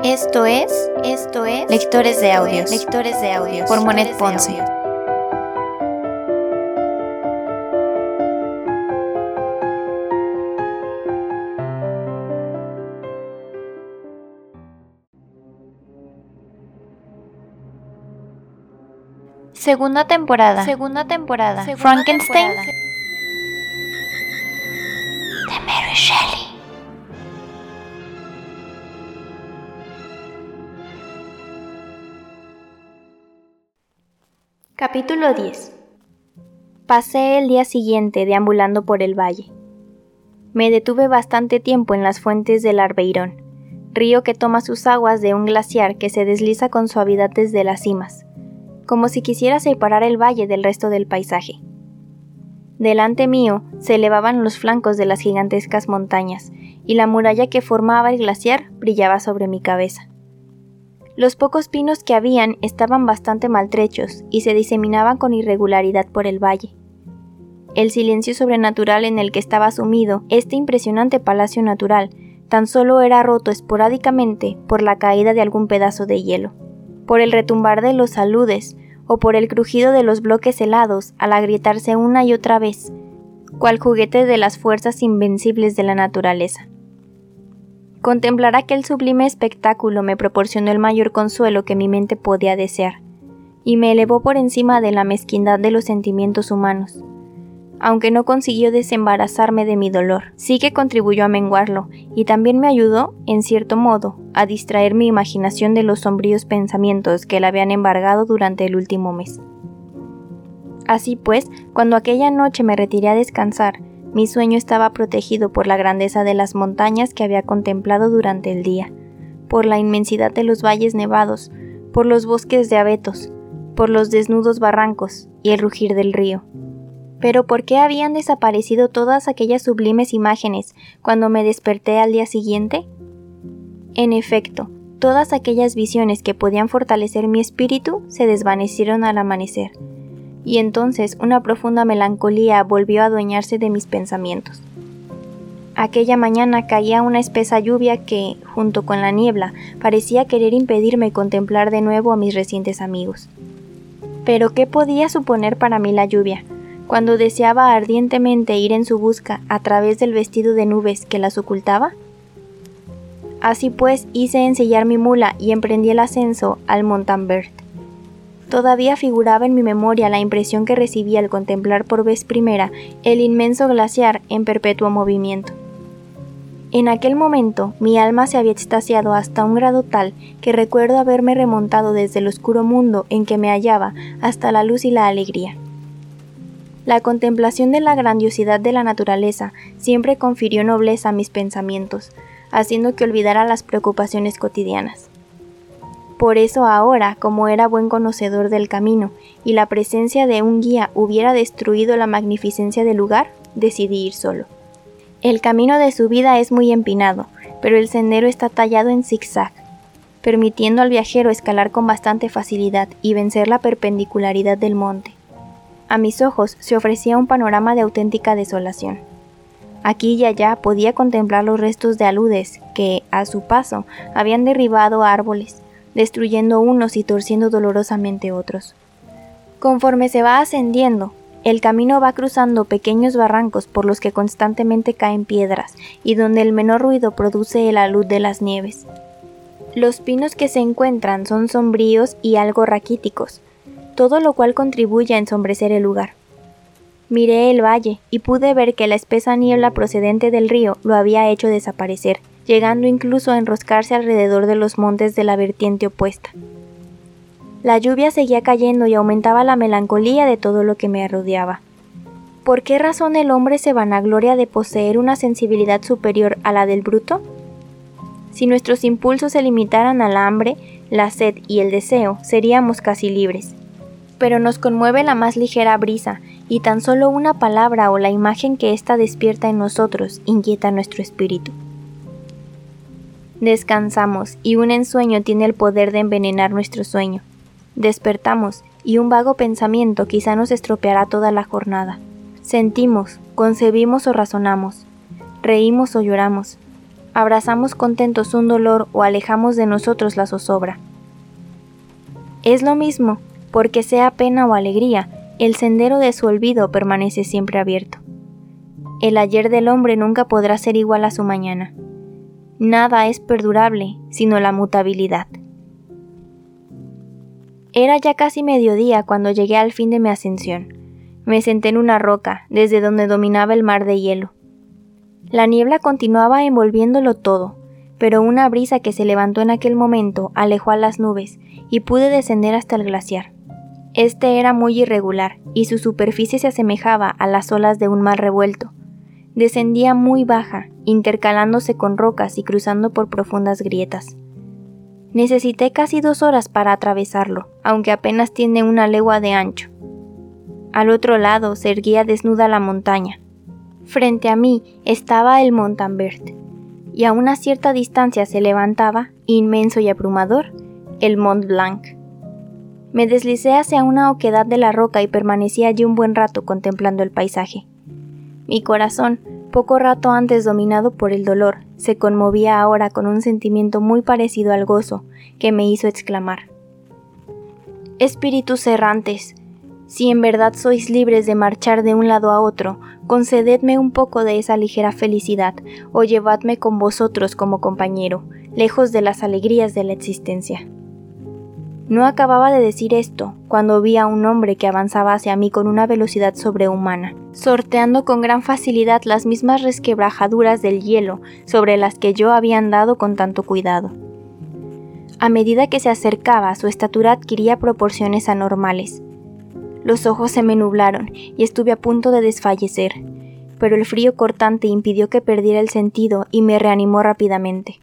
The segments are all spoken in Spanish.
Esto es Lectores de Audios, por Monet Ponce. Segunda temporada. Frankenstein de Mary Shelley. Capítulo 10. Pasé el día siguiente deambulando por el valle. Me detuve bastante tiempo en las fuentes del Arbeirón, río que toma sus aguas de un glaciar que se desliza con suavidad desde las cimas, como si quisiera separar el valle del resto del paisaje. Delante mío se elevaban los flancos de las gigantescas montañas, y la muralla que formaba el glaciar brillaba sobre mi cabeza. Los pocos pinos que habían estaban bastante maltrechos y se diseminaban con irregularidad por el valle. El silencio sobrenatural en el que estaba sumido este impresionante palacio natural tan solo era roto esporádicamente por la caída de algún pedazo de hielo, por el retumbar de los aludes o por el crujido de los bloques helados al agrietarse una y otra vez, cual juguete de las fuerzas invencibles de la naturaleza. Contemplar aquel sublime espectáculo me proporcionó el mayor consuelo que mi mente podía desear, y me elevó por encima de la mezquindad de los sentimientos humanos. Aunque no consiguió desembarazarme de mi dolor, sí que contribuyó a menguarlo, y también me ayudó, en cierto modo, a distraer mi imaginación de los sombríos pensamientos que la habían embargado durante el último mes. Así pues, cuando aquella noche me retiré a descansar, mi sueño estaba protegido por la grandeza de las montañas que había contemplado durante el día, por la inmensidad de los valles nevados, por los bosques de abetos, por los desnudos barrancos y el rugir del río. Pero ¿por qué habían desaparecido todas aquellas sublimes imágenes cuando me desperté al día siguiente? En efecto, todas aquellas visiones que podían fortalecer mi espíritu se desvanecieron al amanecer, y entonces una profunda melancolía volvió a adueñarse de mis pensamientos. Aquella mañana caía una espesa lluvia que, junto con la niebla, parecía querer impedirme contemplar de nuevo a mis recientes amigos. Pero ¿qué podía suponer para mí la lluvia, cuando deseaba ardientemente ir en su busca a través del vestido de nubes que las ocultaba? Así pues hice ensillar mi mula y emprendí el ascenso al Montanvert. Todavía figuraba en mi memoria la impresión que recibí al contemplar por vez primera el inmenso glaciar en perpetuo movimiento. En aquel momento mi alma se había extasiado hasta un grado tal que recuerdo haberme remontado desde el oscuro mundo en que me hallaba hasta la luz y la alegría. La contemplación de la grandiosidad de la naturaleza siempre confirió nobleza a mis pensamientos, haciendo que olvidara las preocupaciones cotidianas. Por eso ahora, como era buen conocedor del camino, y la presencia de un guía hubiera destruido la magnificencia del lugar, decidí ir solo. El camino de subida es muy empinado, pero el sendero está tallado en zigzag, permitiendo al viajero escalar con bastante facilidad y vencer la perpendicularidad del monte. A mis ojos se ofrecía un panorama de auténtica desolación. Aquí y allá podía contemplar los restos de aludes que, a su paso, habían derribado árboles, destruyendo unos y torciendo dolorosamente otros. Conforme se va ascendiendo, el camino va cruzando pequeños barrancos por los que constantemente caen piedras y donde el menor ruido produce el alud de las nieves. Los pinos que se encuentran son sombríos y algo raquíticos, todo lo cual contribuye a ensombrecer el lugar. Miré el valle y pude ver que la espesa niebla procedente del río lo había hecho desaparecer, llegando incluso a enroscarse alrededor de los montes de la vertiente opuesta. La lluvia seguía cayendo y aumentaba la melancolía de todo lo que me rodeaba. ¿Por qué razón el hombre se vanagloria de poseer una sensibilidad superior a la del bruto? Si nuestros impulsos se limitaran al hambre, la sed y el deseo, seríamos casi libres. Pero nos conmueve la más ligera brisa, y tan solo una palabra o la imagen que ésta despierta en nosotros inquieta nuestro espíritu. Descansamos, y un ensueño tiene el poder de envenenar nuestro sueño. Despertamos, y un vago pensamiento quizá nos estropeará toda la jornada. Sentimos, concebimos o razonamos, reímos o lloramos. Abrazamos contentos un dolor o alejamos de nosotros la zozobra. Es lo mismo, porque sea pena o alegría, el sendero de su olvido permanece siempre abierto. El ayer del hombre nunca podrá ser igual a su mañana. Nada es perdurable, sino la mutabilidad. Era ya casi mediodía cuando llegué al fin de mi ascensión. Me senté en una roca, desde donde dominaba el mar de hielo. La niebla continuaba envolviéndolo todo, pero una brisa que se levantó en aquel momento alejó a las nubes y pude descender hasta el glaciar. Este era muy irregular y su superficie se asemejaba a las olas de un mar revuelto. Descendía muy baja, intercalándose con rocas y cruzando por profundas grietas. Necesité casi 2 horas para atravesarlo, aunque apenas tiene 1 legua de ancho. Al otro lado se erguía desnuda la montaña. Frente a mí estaba el Montanvert, y a una cierta distancia se levantaba, inmenso y abrumador, el Mont Blanc. Me deslicé hacia una oquedad de la roca y permanecí allí un buen rato contemplando el paisaje. Mi corazón, poco rato antes dominado por el dolor, se conmovía ahora con un sentimiento muy parecido al gozo, que me hizo exclamar: Espíritus errantes, si en verdad sois libres de marchar de un lado a otro, concededme un poco de esa ligera felicidad, o llevadme con vosotros como compañero, lejos de las alegrías de la existencia. No acababa de decir esto, cuando vi a un hombre que avanzaba hacia mí con una velocidad sobrehumana, sorteando con gran facilidad las mismas resquebrajaduras del hielo sobre las que yo había andado con tanto cuidado. A medida que se acercaba, su estatura adquiría proporciones anormales. Los ojos se me nublaron y estuve a punto de desfallecer, pero el frío cortante impidió que perdiera el sentido y me reanimó rápidamente.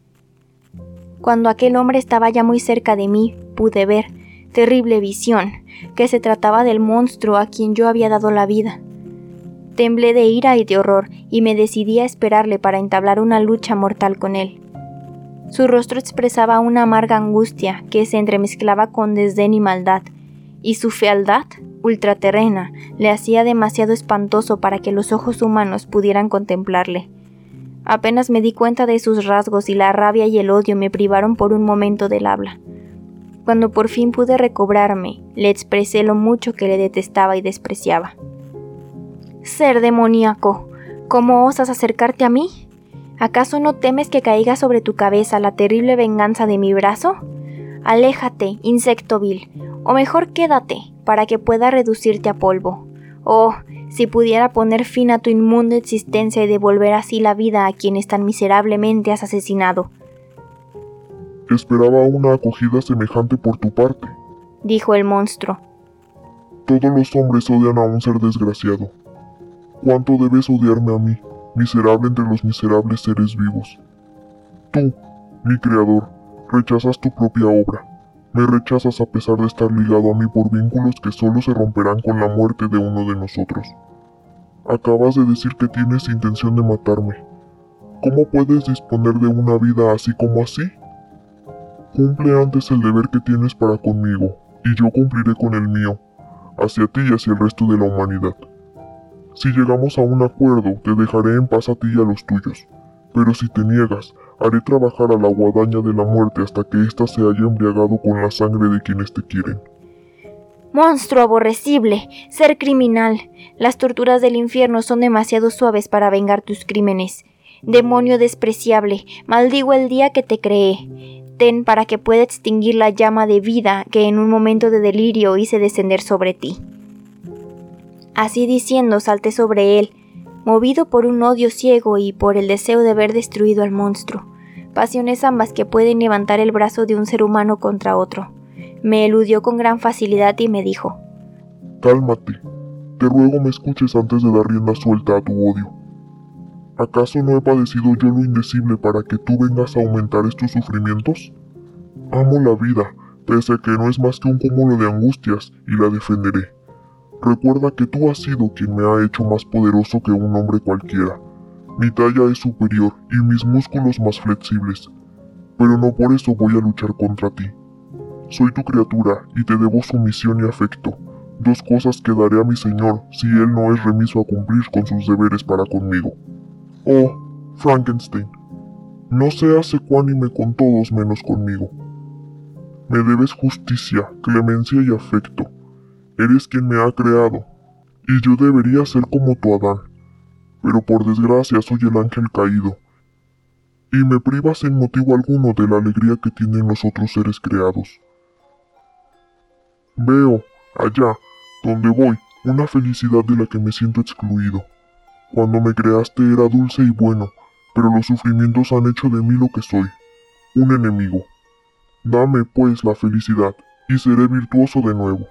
Cuando aquel hombre estaba ya muy cerca de mí, pude ver, terrible visión, que se trataba del monstruo a quien yo había dado la vida. Temblé de ira y de horror y me decidí a esperarle para entablar una lucha mortal con él. Su rostro expresaba una amarga angustia que se entremezclaba con desdén y maldad, y su fealdad, ultraterrena, le hacía demasiado espantoso para que los ojos humanos pudieran contemplarle. Apenas me di cuenta de sus rasgos y la rabia y el odio me privaron por un momento del habla. Cuando por fin pude recobrarme, le expresé lo mucho que le detestaba y despreciaba. «Ser demoníaco, ¿cómo osas acercarte a mí? ¿Acaso no temes que caiga sobre tu cabeza la terrible venganza de mi brazo? Aléjate, insecto vil, o mejor quédate, para que pueda reducirte a polvo. Oh, si pudiera poner fin a tu inmunda existencia y devolver así la vida a quienes tan miserablemente has asesinado». Esperaba una acogida semejante por tu parte, dijo el monstruo. Todos los hombres odian a un ser desgraciado. ¿Cuánto debes odiarme a mí, miserable entre los miserables seres vivos? Tú, mi creador, rechazas tu propia obra. Me rechazas a pesar de estar ligado a mí por vínculos que solo se romperán con la muerte de uno de nosotros. Acabas de decir que tienes intención de matarme. ¿Cómo puedes disponer de una vida así como así? Cumple antes el deber que tienes para conmigo, y yo cumpliré con el mío, hacia ti y hacia el resto de la humanidad. Si llegamos a un acuerdo, te dejaré en paz a ti y a los tuyos, pero si te niegas, haré trabajar a la guadaña de la muerte hasta que ésta se haya embriagado con la sangre de quienes te quieren. Monstruo aborrecible, ser criminal. Las torturas del infierno son demasiado suaves para vengar tus crímenes. Demonio despreciable, maldigo el día que te creé. Ten para que pueda extinguir la llama de vida que en un momento de delirio hice descender sobre ti. Así diciendo, salté sobre él, movido por un odio ciego y por el deseo de ver destruido al monstruo, pasiones ambas que pueden levantar el brazo de un ser humano contra otro. Me eludió con gran facilidad y me dijo: Cálmate, te ruego me escuches antes de dar rienda suelta a tu odio. ¿Acaso no he padecido yo lo indecible para que tú vengas a aumentar estos sufrimientos? Amo la vida, pese a que no es más que un cúmulo de angustias, y la defenderé. Recuerda que tú has sido quien me ha hecho más poderoso que un hombre cualquiera. Mi talla es superior y mis músculos más flexibles, pero no por eso voy a luchar contra ti. Soy tu criatura y te debo sumisión y afecto, 2 cosas que daré a mi señor si él no es remiso a cumplir con sus deberes para conmigo. Oh, Frankenstein, No seas ecuánime con todos menos conmigo. Me debes justicia, clemencia y afecto. Eres quien me ha creado, y yo debería ser como tu Adán, pero por desgracia soy el ángel caído, y me privas sin motivo alguno de la alegría que tienen los otros seres creados. Veo, allá, donde voy, una felicidad de la que me siento excluido. Cuando me creaste era dulce y bueno, pero los sufrimientos han hecho de mí lo que soy, un enemigo. Dame, pues, la felicidad, y seré virtuoso de nuevo.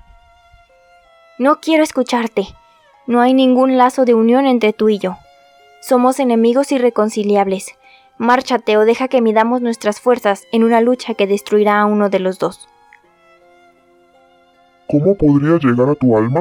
No quiero escucharte. No hay ningún lazo de unión entre tú y yo. Somos enemigos irreconciliables. Márchate o deja que midamos nuestras fuerzas en una lucha que destruirá a uno de los dos. ¿Cómo podría llegar a tu alma?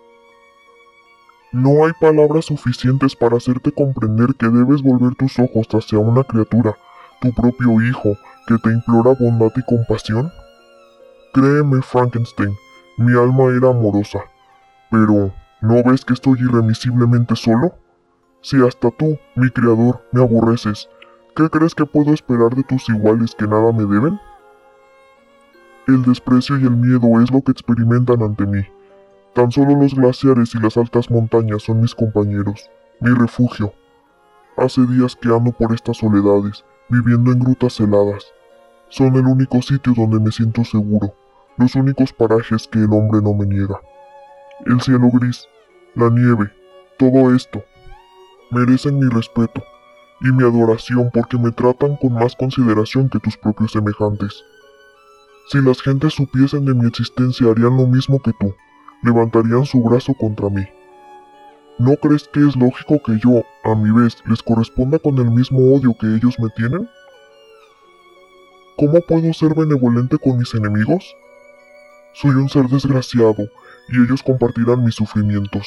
No hay palabras suficientes para hacerte comprender que debes volver tus ojos hacia una criatura, tu propio hijo, que te implora bondad y compasión. Créeme, Frankenstein, mi alma era amorosa. Pero, ¿no ves que estoy irremisiblemente solo? Si hasta tú, mi creador, me aborreces, ¿qué crees que puedo esperar de tus iguales que nada me deben? El desprecio y el miedo es lo que experimentan ante mí. Tan solo los glaciares y las altas montañas son mis compañeros, mi refugio. Hace días que ando por estas soledades, viviendo en grutas heladas. Son el único sitio donde me siento seguro, los únicos parajes que el hombre no me niega. El cielo gris, la nieve, todo esto, merecen mi respeto y mi adoración porque me tratan con más consideración que tus propios semejantes. Si las gentes supiesen de mi existencia harían lo mismo que tú, levantarían su brazo contra mí. ¿No crees que es lógico que yo, a mi vez, les corresponda con el mismo odio que ellos me tienen? ¿Cómo puedo ser benevolente con mis enemigos? Soy un ser desgraciado, y ellos compartirán mis sufrimientos.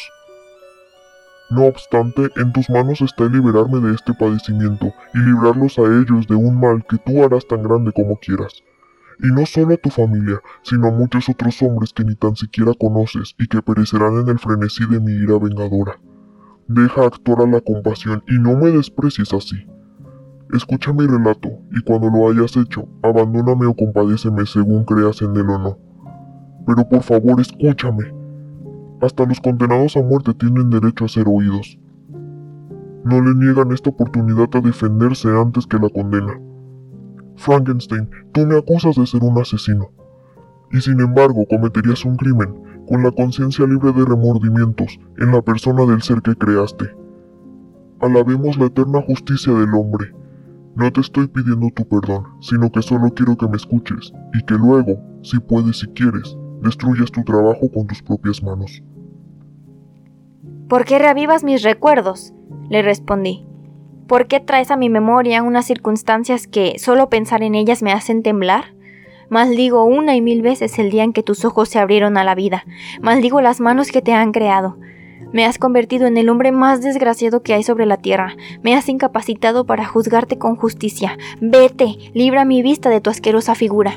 No obstante, en tus manos está el liberarme de este padecimiento y librarlos a ellos de un mal que tú harás tan grande como quieras. Y no solo a tu familia, sino a muchos otros hombres que ni tan siquiera conoces y que perecerán en el frenesí de mi ira vengadora. Deja actuar a la compasión y no me desprecies así. Escucha mi relato, y cuando lo hayas hecho, abandóname o compadéceme según creas en él o no. Pero por favor, escúchame. Hasta los condenados a muerte tienen derecho a ser oídos. No le niegan esta oportunidad a defenderse antes que la condena. Frankenstein, tú me acusas de ser un asesino. Y sin embargo cometerías un crimen, con la conciencia libre de remordimientos, en la persona del ser que creaste. Alabemos la eterna justicia del hombre. No te estoy pidiendo tu perdón, sino que solo quiero que me escuches, y que luego, si puedes y quieres, destruyas tu trabajo con tus propias manos. ¿Por qué reavivas mis recuerdos?, le respondí. ¿Por qué traes a mi memoria unas circunstancias que solo pensar en ellas me hacen temblar? Maldigo una y mil veces el día en que tus ojos se abrieron a la vida. Maldigo las manos que te han creado. Me has convertido en el hombre más desgraciado que hay sobre la tierra. Me has incapacitado para juzgarte con justicia. Vete, libra mi vista de tu asquerosa figura.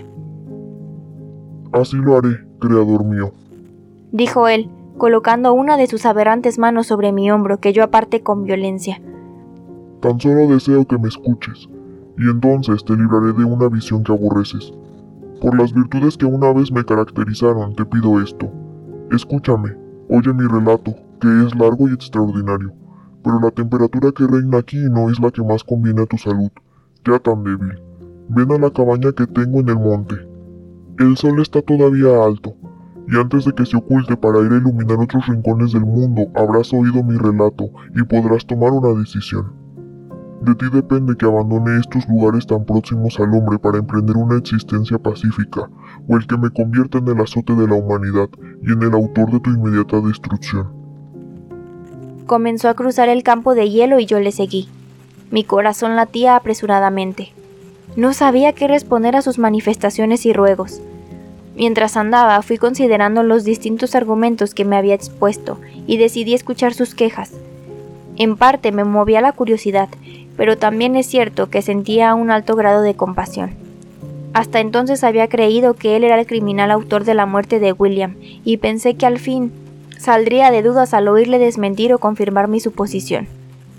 Así lo haré, creador mío, dijo él, colocando una de sus aberrantes manos sobre mi hombro que yo aparté con violencia. Tan solo deseo que me escuches, y entonces te libraré de una visión que aborreces. Por las virtudes que una vez me caracterizaron, te pido esto. Escúchame, oye mi relato, que es largo y extraordinario, pero la temperatura que reina aquí no es la que más conviene a tu salud, ya tan débil. Ven a la cabaña que tengo en el monte. El sol está todavía alto, y antes de que se oculte para ir a iluminar otros rincones del mundo, habrás oído mi relato y podrás tomar una decisión. De ti depende que abandone estos lugares tan próximos al hombre para emprender una existencia pacífica, o el que me convierta en el azote de la humanidad y en el autor de tu inmediata destrucción. Comenzó a cruzar el campo de hielo y yo le seguí. Mi corazón latía apresuradamente. No sabía qué responder a sus manifestaciones y ruegos. Mientras andaba, fui considerando los distintos argumentos que me había expuesto y decidí escuchar sus quejas. En parte me movía la curiosidad, pero también es cierto que sentía un alto grado de compasión. Hasta entonces había creído que él era el criminal autor de la muerte de William, y pensé que al fin saldría de dudas al oírle desmentir o confirmar mi suposición.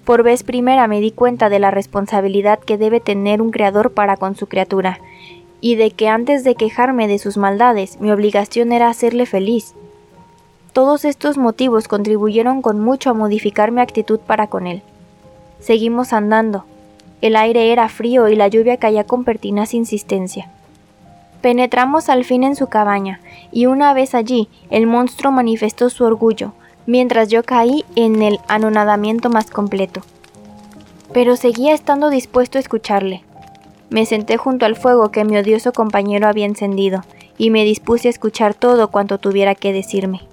Por vez primera me di cuenta de la responsabilidad que debe tener un creador para con su criatura, y de que antes de quejarme de sus maldades, mi obligación era hacerle feliz. Todos estos motivos contribuyeron con mucho a modificar mi actitud para con él. Seguimos andando. El aire era frío y la lluvia caía con pertinaz insistencia. Penetramos al fin en su cabaña, y una vez allí, el monstruo manifestó su orgullo, mientras yo caí en el anonadamiento más completo. Pero seguía estando dispuesto a escucharle. Me senté junto al fuego que mi odioso compañero había encendido, y me dispuse a escuchar todo cuanto tuviera que decirme.